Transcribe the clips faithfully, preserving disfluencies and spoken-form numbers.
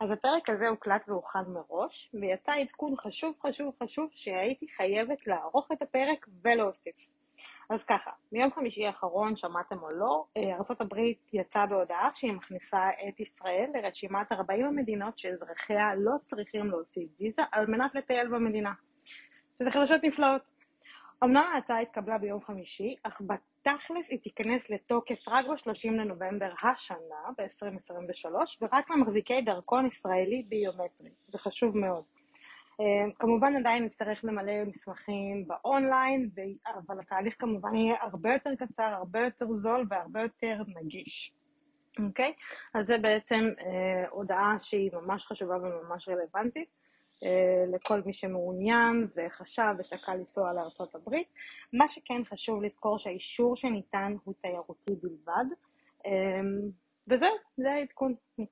אז הפרק הזה הוקלט והוכן מראש, ויצא עדכון חשוב חשוב חשוב שהייתי חייבת לערוך את הפרק ולהוסיף. אז ככה, מיום חמישי האחרון, שמעתם או לא, ארצות הברית יצאה בהודעה שהיא מכניסה את ישראל לרשימת ארבעים המדינות שאזרחיה לא צריכים להוציא ויזה על מנת לטייל במדינה. שזה חדשות נפלאות. אמנם ההצעה התקבלה ביום חמישי, אך בתכלס היא תיכנס לתוקף רק ב-שלושים לנובמבר השנה, ב-עשרים עשרים ושלוש, ורק למחזיקי דרכון ישראלי ביומטרי. זה חשוב מאוד. כמובן עדיין נצטרך למלא מסמכים באונליין, אבל התהליך כמובן יהיה הרבה יותר קצר, הרבה יותר זול והרבה יותר נגיש. אוקיי? אז זה בעצם אה, הודעה שהיא ממש חשובה וממש רלוונטית אה, לכל מי שמעוניין וחשב ושקל לנסוע לארצות הברית. מה שכן חשוב לזכור שהאישור שניתן הוא תיירותי בלבד. אה, וזהו, זה העדכון.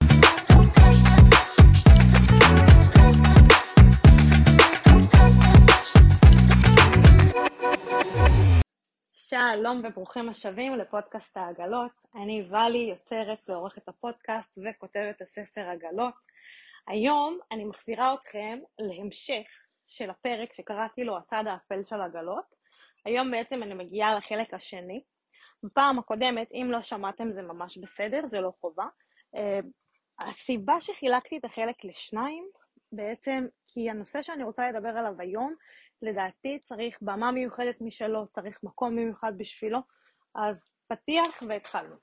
שלום וברוכים השבים לפודקאסט העגלות. אני ואלי, יוצרת ועורכת הפודקאסט וכותבת הספר עגלות. היום אני מחזירה אתכם להמשך של הפרק שקראתי לו הצד האפל של עגלות. היום בעצם אני מגיעה לחלק השני. בפעם הקודמת, אם לא שמעתם זה ממש בסדר, זה לא חובה. הסיבה שחילקתי את החלק לשניים, בעצם כי הנושא שאני רוצה לדבר עליו היום, לדעתי צריך במה מיוחדת משלו, צריך מקום מיוחד בשבילו, אז פתיח והתחלנו.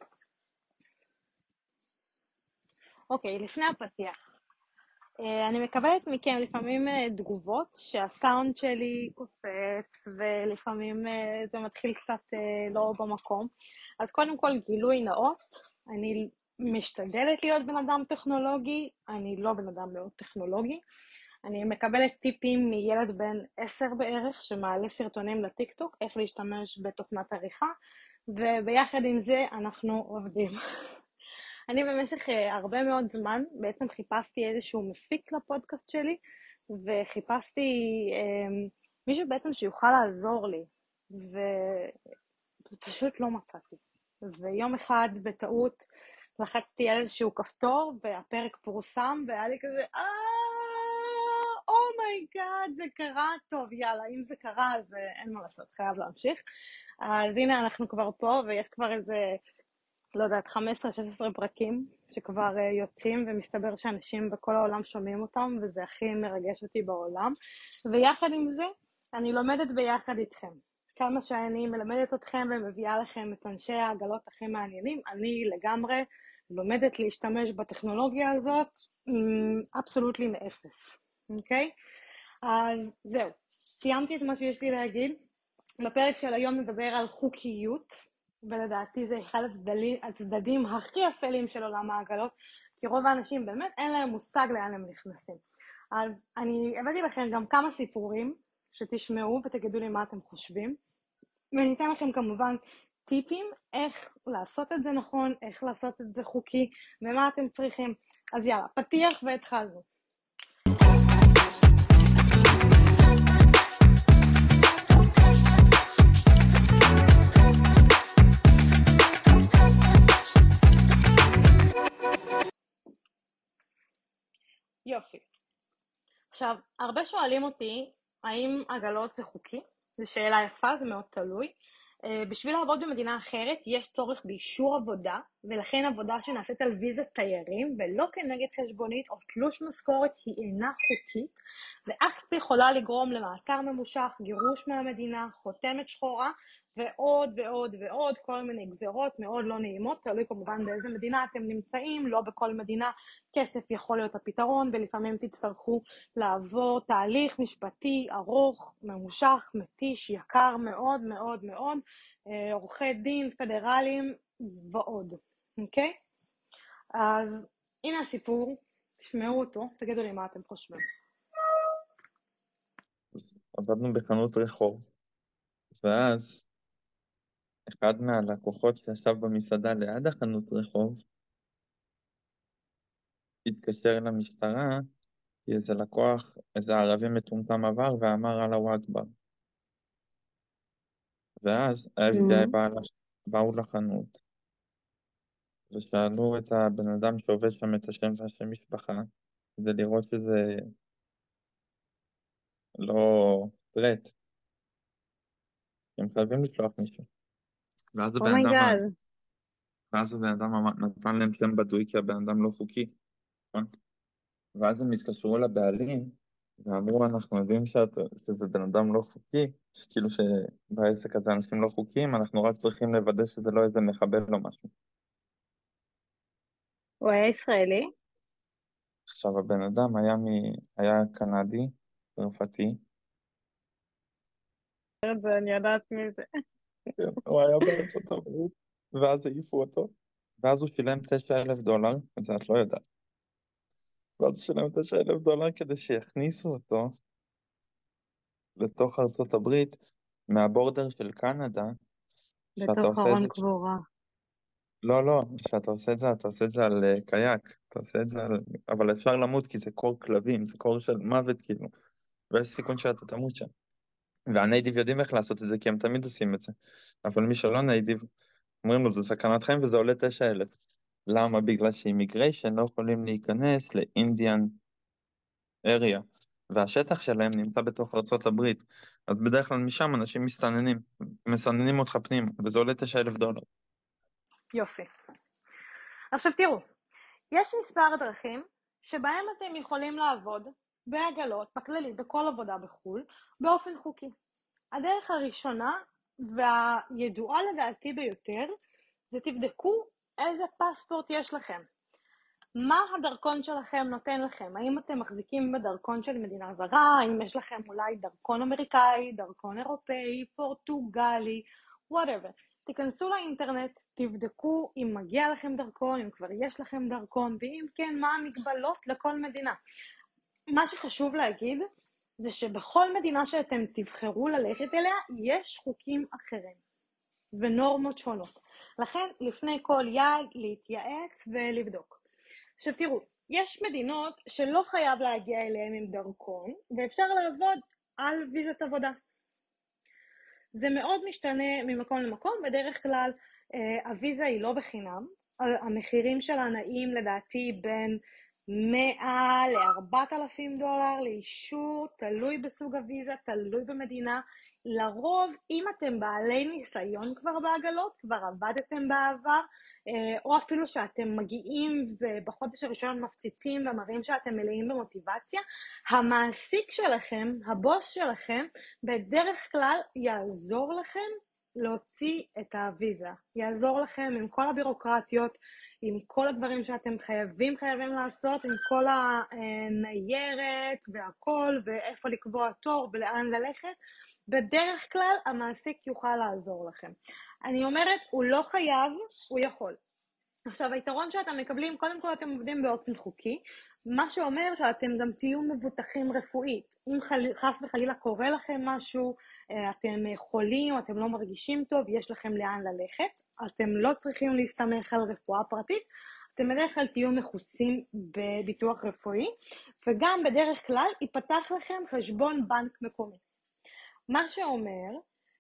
אוקיי, לפני הפתיח. אני מקבלת מכם לפעמים תגובות שהסאונד שלי קופץ, ולפעמים זה מתחיל קצת לא במקום. אז קודם כל גילוי נאות, אני משתדלת להיות בן אדם טכנולוגי, אני לא בן אדם מאוד טכנולוגי. אני מקבלת טיפים מילד בן עשר בערך שמעלה סרטונים לטיקטוק, איך להשתמש בתוכנת עריכה, וביחד עם זה אנחנו עובדים. אני במשך הרבה מאוד זמן בעצם חיפשתי איזשהו מפיק לפודקאסט שלי, וחיפשתי אה, מישהו בעצם שיוכל לעזור לי, ופשוט לא מצאתי. ויום אחד בטעות לחצתי על איזשהו כפתור, והפרק פורסם, והיה לי כזה, אה, אומייגאד, זה קרה, טוב, יאללה, אם זה קרה, אז אין מה לעשות, חייב להמשיך. אז הנה אנחנו כבר פה, ויש כבר איזה, לא יודעת, חמש עשרה שש עשרה פרקים שכבר יוצאים, ומסתבר שאנשים בכל העולם שומעים אותם, וזה הכי מרגש אותי בעולם. ויחד עם זה, אני לומדת ביחד איתכם. כמה שאני מלמדת אתכם ומביאה לכם את אנשי העגלות הכי מעניינים, אני לגמרי לומדת להשתמש בטכנולוגיה הזאת, אבסולוטלי מאפס. אוקיי? אז זהו, סיימתי את מה שיש לי להגיד. בפרק של היום נדבר על חוקיות, ולדעתי זה אחד הצדדים, הצדדים הכי אפלים של עולם העגלות, כי רוב האנשים באמת אין להם מושג לאן הם נכנסים. אז אני הבאתי לכם גם כמה סיפורים שתשמעו ותגידו לי מה אתם חושבים, ואני אתן לכם כמובן טיפים איך לעשות את זה נכון, איך לעשות את זה חוקי, ומה אתם צריכים. אז יאללה, פתיח והתחלנו. יופי. עכשיו, הרבה שואלים אותי, האם עגלות זה חוקי? זו שאלה יפה, זה מאוד תלוי. Uh, בשביל לעבוד במדינה אחרת, יש צורך באישור עבודה, ולכן עבודה שנעשית על ויזת תיירים, ולא כנגד חשבונית או תלוש משכורת, היא אינה חוקית, ואף יכולה לגרום למעצר ממושך, גירוש מהמדינה, חותמת שחורה, ועוד ועוד ועוד, כל מיני גזרות מאוד לא נעימות, תלוי כמובן באיזה מדינה אתם נמצאים, לא בכל מדינה כסף יכול להיות הפתרון, ולפעמים תצטרכו לעבור תהליך משפטי ארוך, ממושך, מתיש, יקר מאוד מאוד מאוד, עורכי דין, פדרליים ועוד, אוקיי? אז הנה הסיפור, תשמעו אותו, תגידו לי מה אתם חושבים. אז עבדנו בחנות רחוב, ואז אחד מהלקוחות שישב במסעדה ליד החנות רחוב, התקשר למשטרה, כי איזה לקוח, איזה ערבי מטומטם עבר ואמר על הוואטבר. ואז ה-אף בי איי בא, באו לחנות, ושאלו את הבן אדם שעובד שם את השם והשם משפחה, זה לראות שזה לא פרט, הם חייבים לשלוח מישהו. ואז הבן אדם, אומייגאד. ואז הבן אדם אמר- נתן להם שם בדוי כי הבן אדם לא חוקי, נכון? ואז הם התקשרו לבעלים, ואמרו, אנחנו יודעים שאת, שזה בן אדם לא חוקי, שכאילו שבעסק הזה אנשים לא חוקיים, אנחנו רק צריכים לוודא שזה לא איזה מחבל או משהו. הוא היה ישראלי? עכשיו הבן אדם היה, מ... היה קנדי, צרפתי, את זה, אני יודעת מי זה. כן, הוא היה בארצות הברית, ואז העיפו אותו, ואז הוא שילם תשע אלף דולר, את זה את לא יודעת, ואז הוא שילם תשע אלף דולר כדי שיכניסו אותו לתוך ארצות הברית, מהבורדר של קנדה, שאתה בתוך עושה את ארון זה, קבורה. לא, לא, שאתה עושה את זה, אתה עושה את זה על אה, קייק, אתה עושה את זה על, אבל אפשר למות כי זה קור כלבים, זה קור של מוות כאילו, ויש סיכון שאתה תמות שם. והניידיב יודעים איך לעשות את זה, כי הם תמיד עושים את זה. אבל מי שלא ניידיב, אומרים לו, זה סכנת חיים וזה עולה תשע אלף. למה? בגלל שאימיגריישן לא יכולים להיכנס לאינדיאן אריה, והשטח שלהם נמצא בתוך ארצות הברית. אז בדרך כלל משם אנשים מסתננים, מסננים אותך פנימה, וזה עולה תשע אלף דולר. יופי. עכשיו תראו, יש מספר דרכים שבהם אתם יכולים לעבוד בעגלות, בכללי, בכל עבודה בחו"ל, באופן חוקי. הדרך הראשונה והידועה לדעתי ביותר, זה תבדקו איזה פספורט יש לכם. מה הדרכון שלכם נותן לכם? האם אתם מחזיקים בדרכון של מדינה זרה? האם יש לכם אולי דרכון אמריקאי, דרכון אירופאי, פורטוגלי, whatever. תיכנסו לאינטרנט, תבדקו אם מגיע לכם דרכון, אם כבר יש לכם דרכון, ואם כן, מה המגבלות לכל מדינה. מה שחשוב להגיד, זה שבכל מדינה שאתם תבחרו ללכת אליה, יש חוקים אחרים ונורמות שונות. לכן, לפני כל יעד, להתייעץ ולבדוק. עכשיו תראו, יש מדינות שלא חייב להגיע אליהם עם דרכון, ואפשר לעבוד על ויזת עבודה. זה מאוד משתנה ממקום למקום, בדרך כלל הוויזה היא לא בחינם, המחירים שלה נעים לדעתי בין מאה ל-ארבעת אלפים דולר לאישור, תלוי בסוג הוויזה, תלוי במדינה. לרוב, אם אתם בעלי ניסיון כבר בעגלות, כבר עבדתם בעבר, או אפילו שאתם מגיעים ובחודש הראשון מפציצים ומראים שאתם מלאים במוטיבציה, המעסיק שלכם, הבוס שלכם, בדרך כלל יעזור לכם להוציא את הוויזה. יעזור לכם עם כל הבירוקרטיות, עם כל הדברים שאתם חייבים חייבים לעשות, עם כל הניירת והכל, ואיפה לקבוע תור ולאן ללכת. בדרך כלל המעסיק יוכל לעזור לכם. אני אומרת, הוא לא חייב, הוא יכול. עכשיו, היתרון שאתם מקבלים, קודם כל אתם עובדים באופן חוקי, מה שאומר שאתם גם תהיו מבוטחים רפואית. אם חס וחלילה קורה לכם משהו, אתם חולים, אתם לא מרגישים טוב, יש לכם לאן ללכת, אתם לא צריכים להסתמך על רפואה פרטית, אתם בדרך כלל תהיו מכוסים בביטוח רפואי, וגם בדרך כלל ייפתח לכם חשבון בנק מקומי. מה שאומר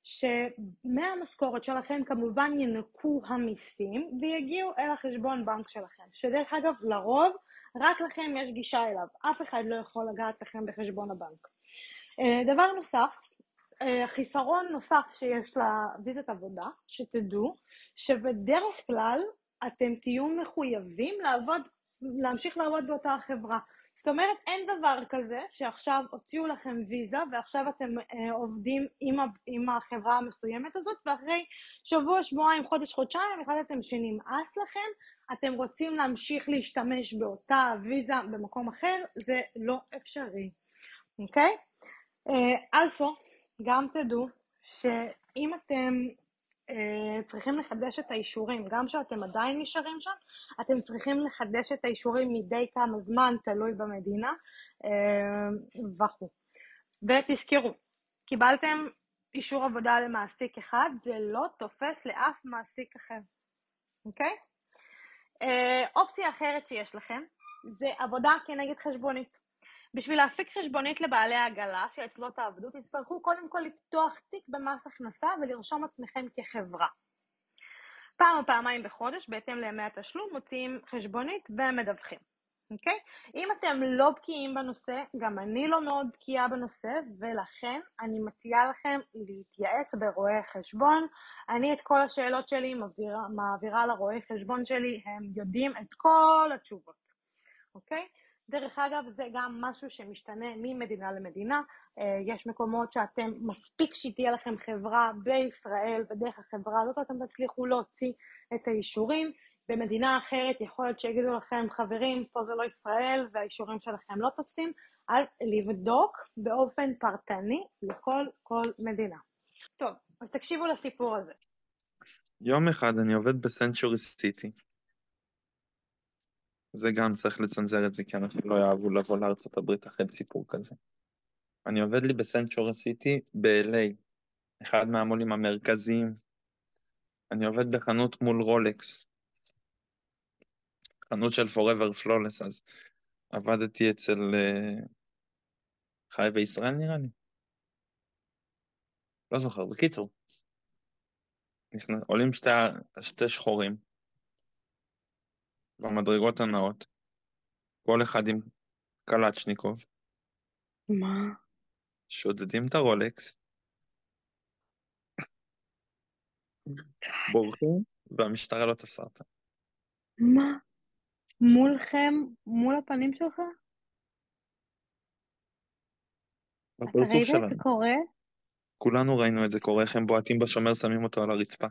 שמהמשכורת שלכם כמובן ינקו המיסים ויגיעו אל החשבון בנק שלכם, שדרך אגב לרוב רק לכם יש גישה אליו, אף אחד לא יכול לגעת לכם בחשבון הבנק. דבר נוסף, חיסרון נוסף שיש לוויזת עבודה, שתדעו שבדרך כלל אתם תהיו מחויבים לעבוד, להמשיך לעבוד באותה החברה. זאת אומרת, אין דבר כזה שעכשיו הוציאו לכם ויזה ועכשיו אתם אה, עובדים עם, עם החברה המסוימת הזאת, ואחרי שבוע, שבועיים, חודש, חודשיים, החלטתם שנמאס לכם, אתם רוצים להמשיך להשתמש באותה ויזה במקום אחר, זה לא אפשרי. אוקיי? also, גם תדעו שאם אתם uh, צריכים לחדש את האישורים, גם שאתם עדיין נשארים שם, אתם צריכים לחדש את האישורים מדי כמה זמן, תלוי במדינה, uh, וכו'. ותזכרו, קיבלתם אישור עבודה למעסיק אחד, זה לא תופס לאף מעסיק אחר. אוקיי? Uh, אופציה אחרת שיש לכם, זה עבודה כנגד חשבונית. בשביל להפיק חשבונית לבעלי העגלה שאצלו תעבדו, תצטרכו קודם כל לפתוח תיק במס הכנסה ולרשום עצמכם כחברה. פעם או פעמיים בחודש, בהתאם לימי התשלום, מוציאים חשבונית ומדווחים. אוקיי? אם אתם לא בקיאים בנושא, גם אני לא מאוד בקיאה בנושא, ולכן אני מציעה לכם להתייעץ ברואי חשבון. אני את כל השאלות שלי מעבירה, מעבירה לרואי חשבון שלי, הם יודעים את כל התשובות, אוקיי? דרך אגב, זה גם משהו שמשתנה ממדינה למדינה. יש מקומות שאתם מספיק שתהיה לכם חברה בישראל, ודרך החברה הזאת אתם תצליחו להוציא את האישורים. במדינה אחרת יכול להיות שיגידו לכם, חברים, פה זה לא ישראל, והאישורים שלכם לא תופסים, אז לבדוק באופן פרטני לכל כל מדינה. טוב, אז תקשיבו לסיפור הזה. יום אחד אני עובד בסנצ'ורי סיטי. זה גם צריך לצנזר את זה, כי אנשים לא יאהבו לבוא לארצות הברית אחרי סיפור כזה. אני עובד לי בסנצ'ורי סיטי ב-אל איי, אחד מהמולים המרכזיים. אני עובד בחנות מול רולקס, חנות של Forever Flawless, אז עבדתי אצל uh, חי בישראל נראה לי. לא זוכר, בקיצור. נכנס, עולים שתי, שתי שחורים במדרגות הנאות, כל אחד עם קלצ'ניקוב, מה? שודדים את הרולקס, בורחים, והמשטרה לא תפסה אותם. מה? מולכם? מול הפנים שלך? אתה בפרצוף ראית את זה שלנו. קורה? כולנו ראינו את זה קורה, איך הם בועטים בשומר, שמים אותו על הרצפה.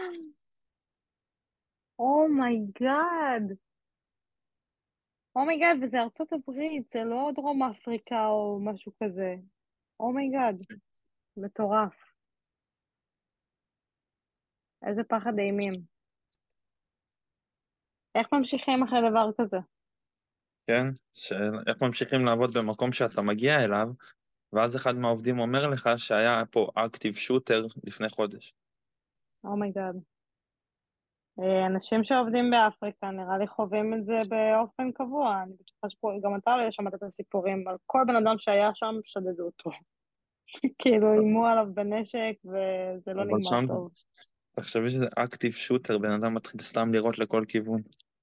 אומייגאד. אומייגאד, וזה ארצות הברית, זה לא דרום אפריקה או משהו כזה. אומייגאד, מטורף. איזה פחד אימים. איך ממשיכים אחרי דבר כזה? כן? של... איך ממשיכים לעבוד במקום שאתה מגיע אליו, ואז אחד מהעובדים אומר לך שהיה פה אקטיב שוטר לפני חודש. אומייגאד. אנשים שעובדים באפריקה נראה לי חווים את זה באופן קבוע. אני בטוחה שגם אתה לא שמעת את הסיפורים על כל בן אדם שהיה שם, שדדו אותו. כאילו איימו עליו בנשק וזה לא אבל נגמר שם, טוב. תחשבי שזה אקטיב שוטר, בן אדם מתחיל סתם לירות לכל כיוון.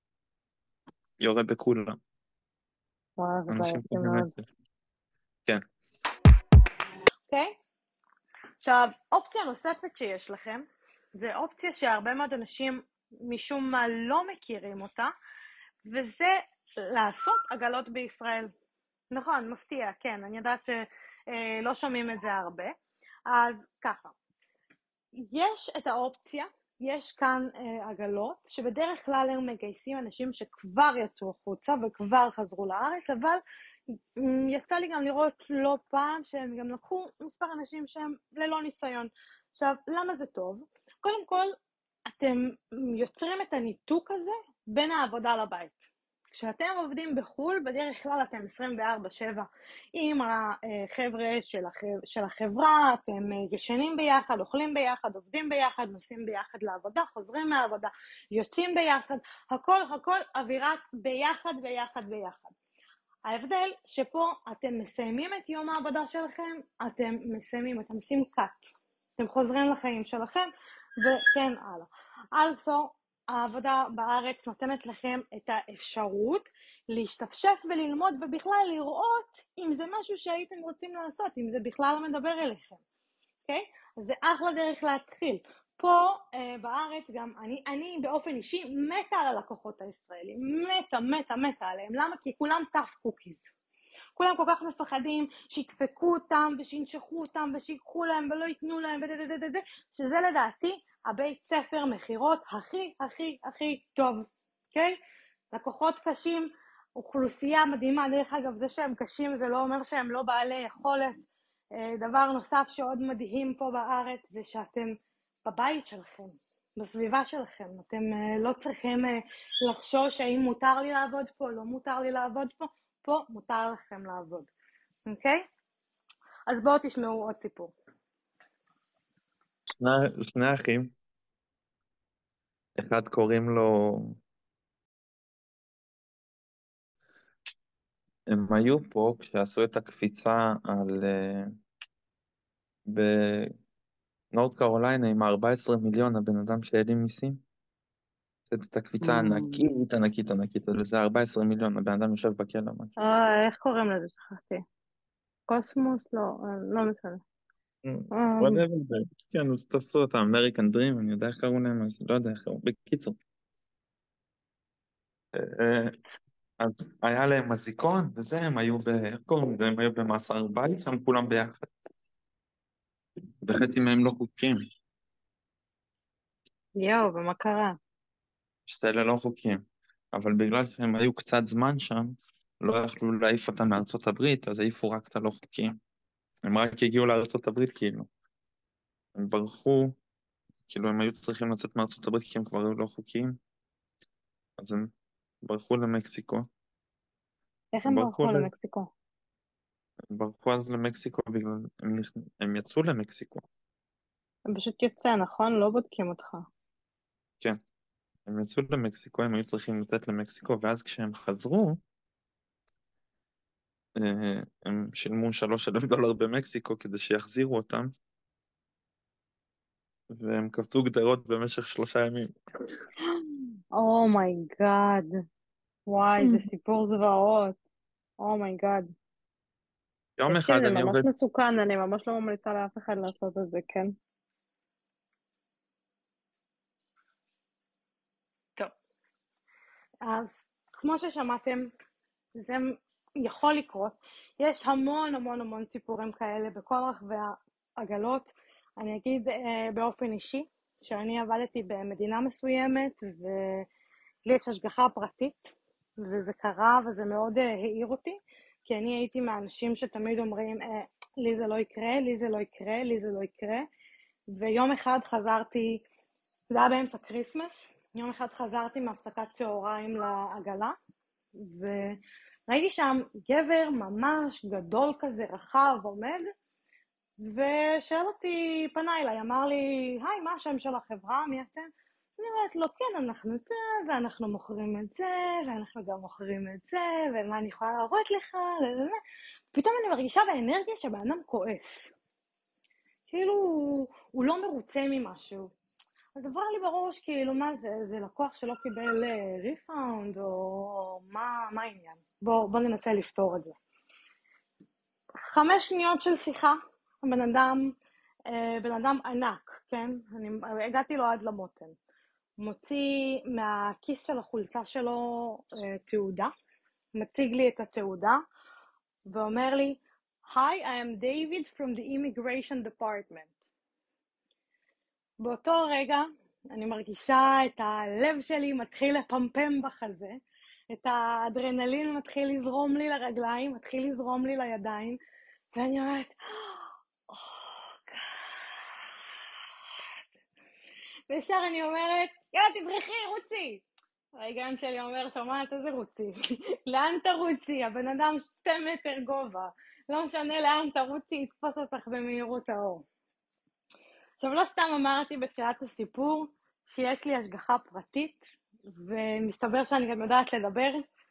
יורה בכולם. וואי, זה אנשים בעייתי חושבים מאוד. נפש. כן. אוקיי? עכשיו, אופציה נוספת שיש לכם, זה אופציה שהרבה מאוד אנשים משום מה לא מכירים אותה, וזה לעשות עגלות בישראל. נכון, מפתיע, כן, אני יודעת שלא שומעים את זה הרבה. אז ככה, יש את האופציה, יש כאן אה, עגלות, שבדרך כלל הם מגייסים אנשים שכבר יצאו החוצה וכבר חזרו לארץ, אבל יצא לי גם לראות לא פעם שהם גם לקחו מספר אנשים שהם ללא ניסיון. עכשיו, למה זה טוב? קודם כל, אתם יוצרים את הניתוק הזה בין העבודה לבית. כשאתם עובדים בחול, בדרך כלל אתם עשרים וארבע שבע עם החבר'ה של, החבר, של החברה, אתם ישנים ביחד, אוכלים ביחד, עובדים ביחד, נוסעים ביחד לעבודה, חוזרים מהעבודה, יוצאים ביחד, הכל הכל אווירת ביחד ביחד ביחד. ההבדל שפה אתם מסיימים את יום העבודה שלכם, אתם מסיימים, אתם עושים קאט, אתם חוזרים לחיים שלכם, וכן הלאה. Also, העבודה בארץ נותנת לכם את האפשרות להשתפשף וללמוד ובכלל לראות אם זה משהו שהייתם רוצים לעשות, אם זה בכלל מדבר אליכם, אוקיי? אז זה אחלה דרך להתחיל. פה אה, בארץ גם אני, אני באופן אישי מתה על הלקוחות הישראלים, מתה, מתה, מתה עליהם. למה? כי כולם טף קוקיז. כולם כל כך מפחדים שידפקו אותם ושינשכו אותם ושיקחו להם ולא ייתנו להם ודדדדד, שזה לדעתי הבית ספר מחירות הכי הכי הכי טוב, אוקיי? לקוחות קשים, אוכלוסייה מדהימה, דרך אגב זה שהם קשים זה לא אומר שהם לא בעלי יכולת. דבר נוסף שעוד מדהים פה בארץ זה שאתם בבית שלכם, בסביבה שלכם, אתם לא צריכים לחשוש האם מותר לי לעבוד פה, לא מותר לי לעבוד פה, פה מותר לכם לעבוד, אוקיי? אז בואו תשמעו עוד סיפור. שני, שני אחים, אחד קוראים לו, הם היו פה כשעשו את הקפיצה על, uh, בנורד קרוליינה עם ה-ארבעה עשר מיליון, הבן אדם שהעלים מיסים. את הקפיצה ענקית, ענקית, ענקית, זה ארבעה עשר מיליון, הבן אדם יושב בכלא משהו. אה, איך קוראים לזה? שכחתי. קוסמוס? לא, אה, לא משנה. אה, whatever, כן, אז תפסו את האמריקן דרים, אני יודע איך קראו להם, אז לא יודע איך קראו, בקיצור. אה, אז היה להם אזיקון, וזה, הם היו ב... איך קוראים לזה? הם היו במאסר בית, שם כולם ביחד. וחצי מהם לא חוקיים, יואו, ומה קרה? שתילה לא חוקיים. אבל בגלל שהם היו קצת זמן שם, לא יכלו להעיף אותם מארצות הברית, אז העיפו רק את הלא חוקיים. הם רק הגיעו לארצות הברית, כאילו. הם ברחו, כאילו הם היו צריכים לצאת מארצות הברית כי הם כבר היו לא חוקיים, אז הם ברחו למקסיקו. איך הם הם ברחו, ברחו ל... למקסיקו? הם ברחו אז למקסיקו בגלל... הם, נכ... הם יצאו למקסיקו, הם פשוט יוצא, נכון? לא בודקים אותך. כן. הם יצאו למקסיקו, הם היו צריכים לצאת למקסיקו, ואז כשהם חזרו, אה, הם שילמו שלוש אלף דולר במקסיקו כדי שיחזירו אותם, והם קפצו גדרות במשך שלושה ימים. אומייגאד. וואי, זה סיפור זוועות. אומייגאד. יום תקשיב, אחד זה אני ממש עובד, מסוכן, אני ממש לא ממליצה לאף אחד לעשות את זה, כן? טוב. אז כמו ששמעתם, זה יכול לקרות. יש המון המון המון סיפורים כאלה בכל רחבי העגלות. אני אגיד אה, באופן אישי, שאני עבדתי במדינה מסוימת, ולי יש השגחה פרטית, וזה קרה וזה מאוד אה, העיר אותי, כי אני הייתי מהאנשים שתמיד אומרים, אה, לי זה לא יקרה, לי זה לא יקרה, לי זה לא יקרה, ויום אחד חזרתי, זה היה באמצע קריסמס, יום אחד חזרתי מהפסקת צהריים לעגלה, וראיתי שם גבר ממש גדול כזה, רחב, עומד, ושאל אותי, פנה אליי, אמר לי, היי, מה השם של החברה, מי אתם? אני אומרת לו, כן, אנחנו זה, ואנחנו מוכרים את זה, ואנחנו גם מוכרים את זה, ומה אני יכולה להראות לך, פתאום אני מרגישה באנרגיה שהבן כועס. כאילו, הוא לא מרוצה ממשהו. אז עבר לי בראש, כאילו, מה זה? זה לקוח שלא קיבל ריפאונד, או מה, מה העניין? בוא, בוא ננסה לפתור את זה. חמש שניות של שיחה, הבן אדם, אה, בן אדם ענק, כן? אני הגעתי לו עד למותן. מוציא מהכיס של החולצה שלו אה, תעודה, מציג לי את התעודה, ואומר לי, Hi, I am David from the Immigration Department. באותו רגע אני מרגישה את הלב שלי מתחיל לפמפם בחזה, את האדרנלין מתחיל לזרום לי לרגליים, מתחיל לזרום לי לידיים, ואני אומרת, Oh God. וישר אני אומרת, יאללה תברחי, רוצי. ההיגיון שלי אומר, שומעת איזה רוצי? לאן תרוצי? הבן אדם שתי מטר גובה. לא משנה לאן תרוצי, יתפוס אותך במהירות האור. עכשיו, לא סתם אמרתי בתחילת הסיפור שיש לי השגחה פרטית, ומסתבר שאני גם יודעת לדבר,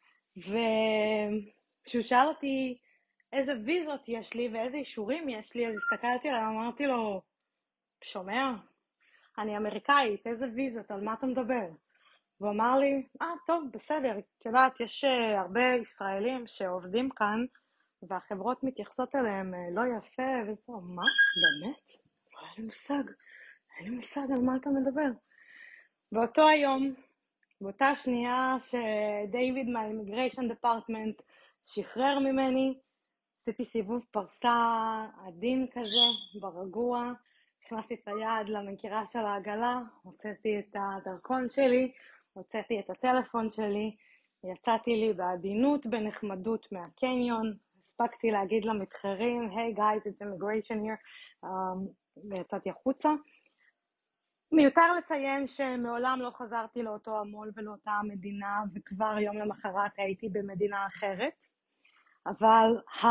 וכשהוא שאל אותי איזה ויזות יש לי ואיזה אישורים יש לי, אז הסתכלתי עליו, אמרתי לו, שומע? אני אמריקאית, איזה ויזות, על מה אתה מדבר? והוא אמר לי, אה, טוב, בסדר, את יודעת, יש uh, הרבה ישראלים שעובדים כאן, והחברות מתייחסות אליהם uh, לא יפה, וזה, מה? באמת? לא היה לי מושג, אין לי מושג על מה אתה מדבר. באותו היום, באותה שנייה שדייוויד מהאימיגריישן דפרטמנט שחרר ממני, עשיתי סיבוב פרסה עדין כזה, ברגוע, הכנסתי את היד למגירה של העגלה, הוצאתי את הדרכון שלי, הוצאתי את הטלפון שלי, יצאתי לי בעדינות, בנחמדות מהקניון, הספקתי להגיד למתחרים, hey guys, it's immigration here, um, ויצאתי החוצה. מיותר לציין שמעולם לא חזרתי לאותו המול ולאותה המדינה, וכבר יום למחרת הייתי במדינה אחרת, אבל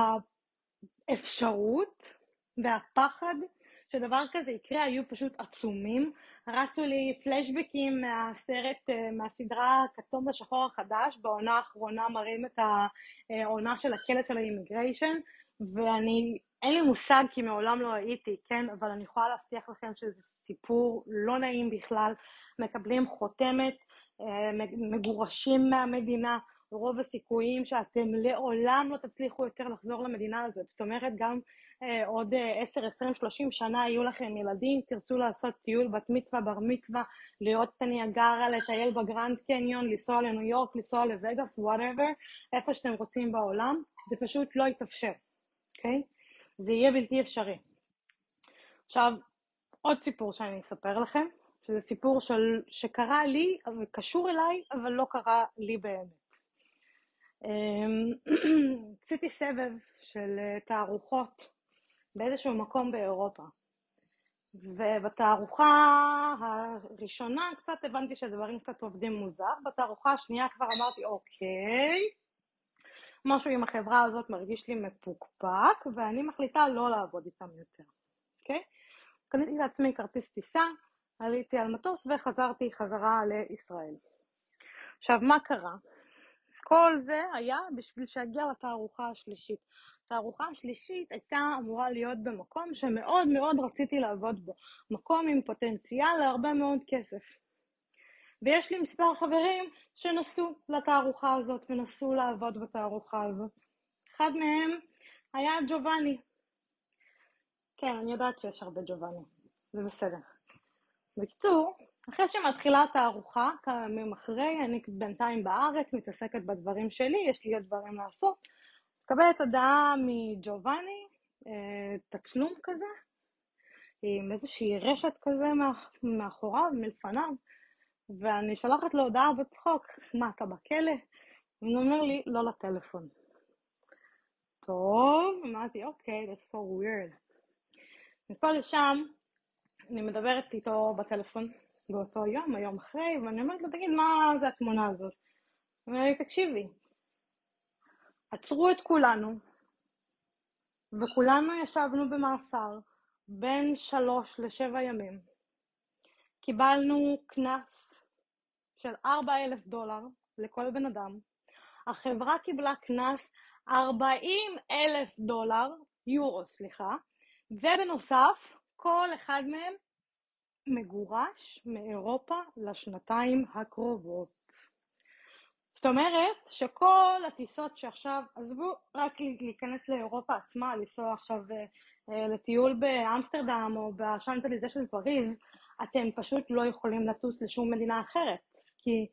האפשרות והפחד שדבר כזה יקרה היו פשוט עצומים. רצו לי פלשבקים מהסרט, מהסדרה כתום בשחור החדש, בעונה האחרונה מראים את העונה של הכלא של האימיגריישן, ואני, אין לי מושג כי מעולם לא הייתי, כן, אבל אני יכולה להבטיח לכם שזה סיפור לא נעים בכלל. מקבלים חותמת מגורשים מהמדינה, רוב הסיכויים שאתם לעולם לא תצליחו יותר לחזור למדינה הזאת. זאת אומרת, גם אה, עוד עשר, עשרים, שלושים שנה יהיו לכם ילדים, תרצו לעשות טיול בת מצווה, בר מצווה, לראות את הניאגרה, לטייל בגרנד קניון, לנסוע לניו יורק, לנסוע לווגאס, whatever, איפה שאתם רוצים בעולם, זה פשוט לא יתאפשר, אוקיי? זה יהיה בלתי אפשרי. עכשיו, עוד סיפור שאני אספר לכם, שזה סיפור של, שקרה לי, קשור אליי, אבל לא קרה לי באמת. עשיתי סבב של תערוכות באיזשהו מקום באירופה, ובתערוכה הראשונה קצת הבנתי שדברים קצת עובדים מוזר, בתערוכה השנייה כבר אמרתי אוקיי, משהו עם החברה הזאת מרגיש לי מפוקפק, ואני מחליטה לא לעבוד איתם יותר, אוקיי? קניתי לעצמי כרטיס טיסה, עליתי על מטוס וחזרתי חזרה לישראל. עכשיו, מה קרה? כל זה היה בשביל שהגיע לתערוכה השלישית. התערוכה השלישית הייתה אמורה להיות במקום שמאוד מאוד רציתי לעבוד בו. מקום עם פוטנציאל להרבה מאוד כסף. ויש לי מספר חברים שנסו לתערוכה הזאת ונסו לעבוד בתערוכה הזאת. אחד מהם היה ג'ובאני. כן, אני יודעת שיש הרבה ג'ובאני. זה בסדר. בקיצור, אחרי שמתחילה התערוכה, כמה ימים אחרי, אני בינתיים בארץ, מתעסקת בדברים שלי, יש לי עוד דברים לעשות. מקבלת הודעה מג'ובאני, תצלום כזה, עם איזושהי רשת כזה מאחוריו, מלפניו, ואני שולחת לו הודעה בצחוק, מה, אתה בכלא? הוא אומר לי, לא לטלפון. טוב, אמרתי, אוקיי, that's so weird. מפה לשם, אני מדברת איתו בטלפון באותו יום, היום אחרי, ואני אומרת לו, תגיד, מה זה התמונה הזאת? הוא אומר לי, תקשיבי, עצרו את כולנו, וכולנו ישבנו במאסר בין שלוש לשבע ימים. קיבלנו כנס של ארבעה אלף דולר לכל בן אדם. החברה קיבלה כנס ארבעים אלף דולר, יורו, סליחה, ובנוסף, כל אחד מהם מגורש מאירופה לשנתיים הקרובות. זאת אומרת שכל הטיסות שעכשיו, עזבו רק להיכנס לאירופה עצמה, לנסוע עכשיו לטיול באמסטרדם או בשאנזליזה פריז, אתם פשוט לא יכולים לטוס לשום מדינה אחרת, כי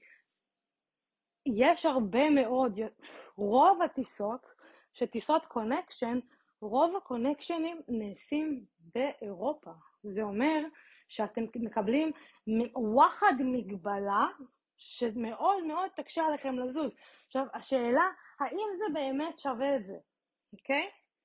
יש הרבה מאוד, רוב הטיסות, שטיסות קונקשן, רוב הקונקשנים נעשים באירופה. זה אומר שאתם מקבלים וואחד מגבלה שמאוד מאוד תקשה עליכם לזוז. עכשיו, השאלה, האם זה באמת שווה את זה? אוקיי?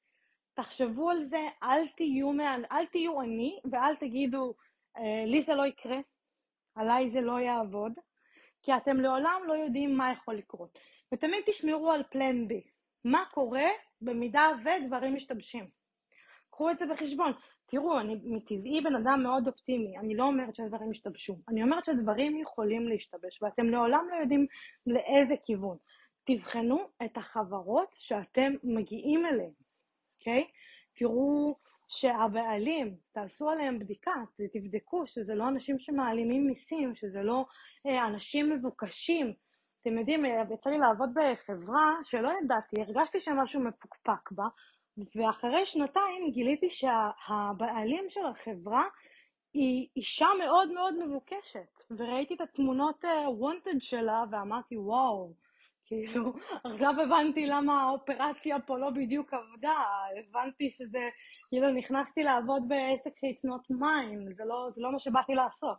תחשבו על זה, אל תהיו, אל תהיו אני, ואל תגידו, לי זה לא יקרה, עליי זה לא יעבוד, כי אתם לעולם לא יודעים מה יכול לקרות. ותמיד תשמרו על פלן בי. מה קורה במידה ודברים משתבשים? קחו את זה בחשבון. תראו, אני מטבעי בן אדם מאוד אופטימי. אני לא אומרת שהדברים ישתבשו. אני אומרת שהדברים יכולים להשתבש, ואתם לעולם לא יודעים לאיזה כיוון. תבחנו את החברות שאתם מגיעים אליהן, אוקיי? תראו שהבעלים, תעשו עליהם בדיקה, תבדקו שזה לא אנשים שמעלימים מיסים, שזה לא אנשים מבוקשים. אתם יודעים, יצא לי לעבוד בחברה שלא ידעתי, הרגשתי שמשהו מפוקפק בה, ואחרי שנתיים גיליתי שהבעלים של החברה היא אישה מאוד מאוד מבוקשת, וראיתי את התמונות wanted שלה ואמרתי וואו, כאילו עכשיו הבנתי למה האופרציה פה לא בדיוק עבדה, הבנתי שזה, כאילו נכנסתי לעבוד בעסק ש-it's not mine, זה לא, זה לא מה שבאתי לעשות.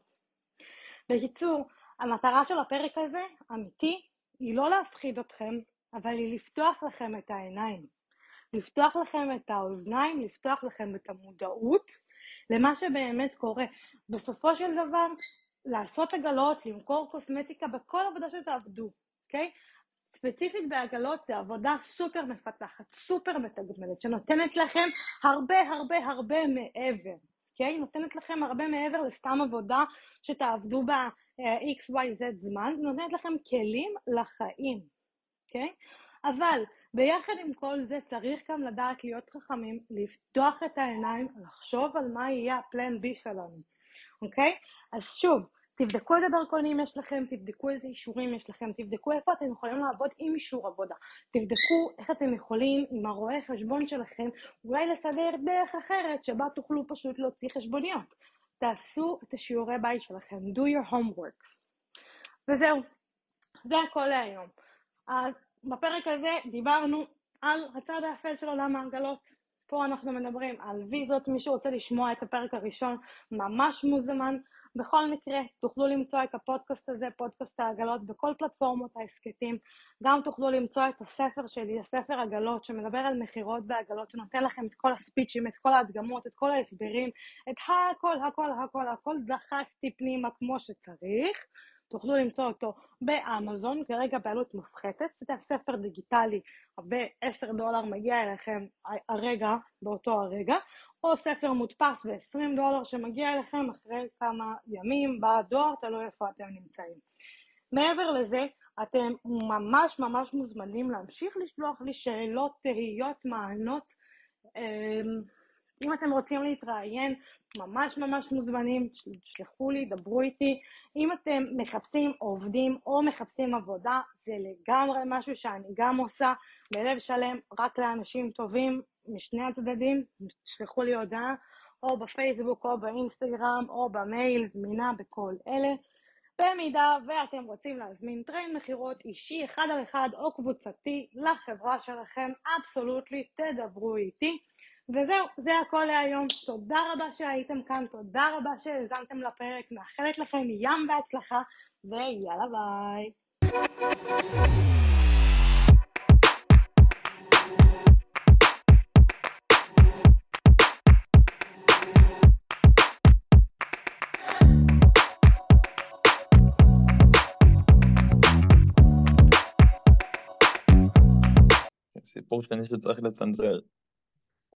בקיצור, המטרה של הפרק הזה, אמיתי, היא לא להפחיד אתכם, אבל היא לפתוח לכם את העיניים. לפתוח לכם את האוזניים, לפתוח לכם את המודעות למה שבאמת קורה. בסופו של דבר, לעשות עגלות, למכור קוסמטיקה בכל עבודה שתעבדו, אוקיי? ספציפית בעגלות זה עבודה סופר מפתחת, סופר מתגמלת, שנותנת לכם הרבה הרבה הרבה מעבר. אוקיי? נותנת לכם הרבה מעבר לסתם עבודה שתעבדו ב-X Y Z זמן, נותנת לכם כלים לחיים, אוקיי? אבל ביחד עם כל זה צריך גם לדעת להיות חכמים, לפתוח את העיניים, לחשוב על מה יהיה הפלן בי שלנו, אוקיי? אז שוב, תבדקו איזה דרכונים יש לכם, תבדקו איזה אישורים יש לכם, תבדקו איפה אתם יכולים לעבוד עם אישור עבודה, תבדקו איך אתם יכולים עם הרואה חשבון שלכם אולי לסדר דרך אחרת שבה תוכלו פשוט להוציא חשבוניות. תעשו את השיעורי בית שלכם, do your homework. וזהו, זה הכל להיום. אז בפרק הזה דיברנו על הצד האפל של עולם העגלות. פה אנחנו מדברים על ויזות, מי שרוצה לשמוע את הפרק הראשון ממש מוזמן. בכל מקרה, תוכלו למצוא את הפודקאסט הזה, פודקאסט העגלות, בכל פלטפורמות העסקתים. גם תוכלו למצוא את הספר שלי, הספר עגלות, שמדבר על מחירות בעגלות, שנותן לכם את כל הספיצ'ים, את כל ההדגמות, את כל ההסברים, את הכל, הכל, הכל, הכל דחסתי פנימה כמו שצריך. תוכלו למצוא אותו באמזון, כרגע בעלות מופחתת, זה ספר דיגיטלי, ב-עשרה דולר מגיע אליכם הרגע, באותו הרגע, או ספר מודפס ב-עשרים דולר שמגיע אליכם אחרי כמה ימים בדואר, תלוי איפה אתם נמצאים. מעבר לזה, אתם ממש ממש מוזמנים להמשיך לשלוח לי שאלות, תהיות, מענות. אם אתם רוצים להתראיין, ממש ממש מוזמנים, תשלחו לי, דברו איתי. אם אתם מחפשים עובדים או מחפשים עבודה, זה לגמרי משהו שאני גם עושה בלב שלם, רק לאנשים טובים משני הצדדים. תשלחו לי הודעה, או בפייסבוק, או באינסטגרם, או במייל, זמינה בכל אלה. במידה ואתם רוצים להזמין טריין מחירות אישי אחד על אחד או קבוצתי לחברה שלכם, אבסולוטלי תדברו איתי. וזהו, זה הכל להיום. תודה רבה שהייתם כאן, תודה רבה שהאזנתם לפרק, מאחלת לכם ים בהצלחה, ויאללה ביי. סיפור שני שצריך לצנזר.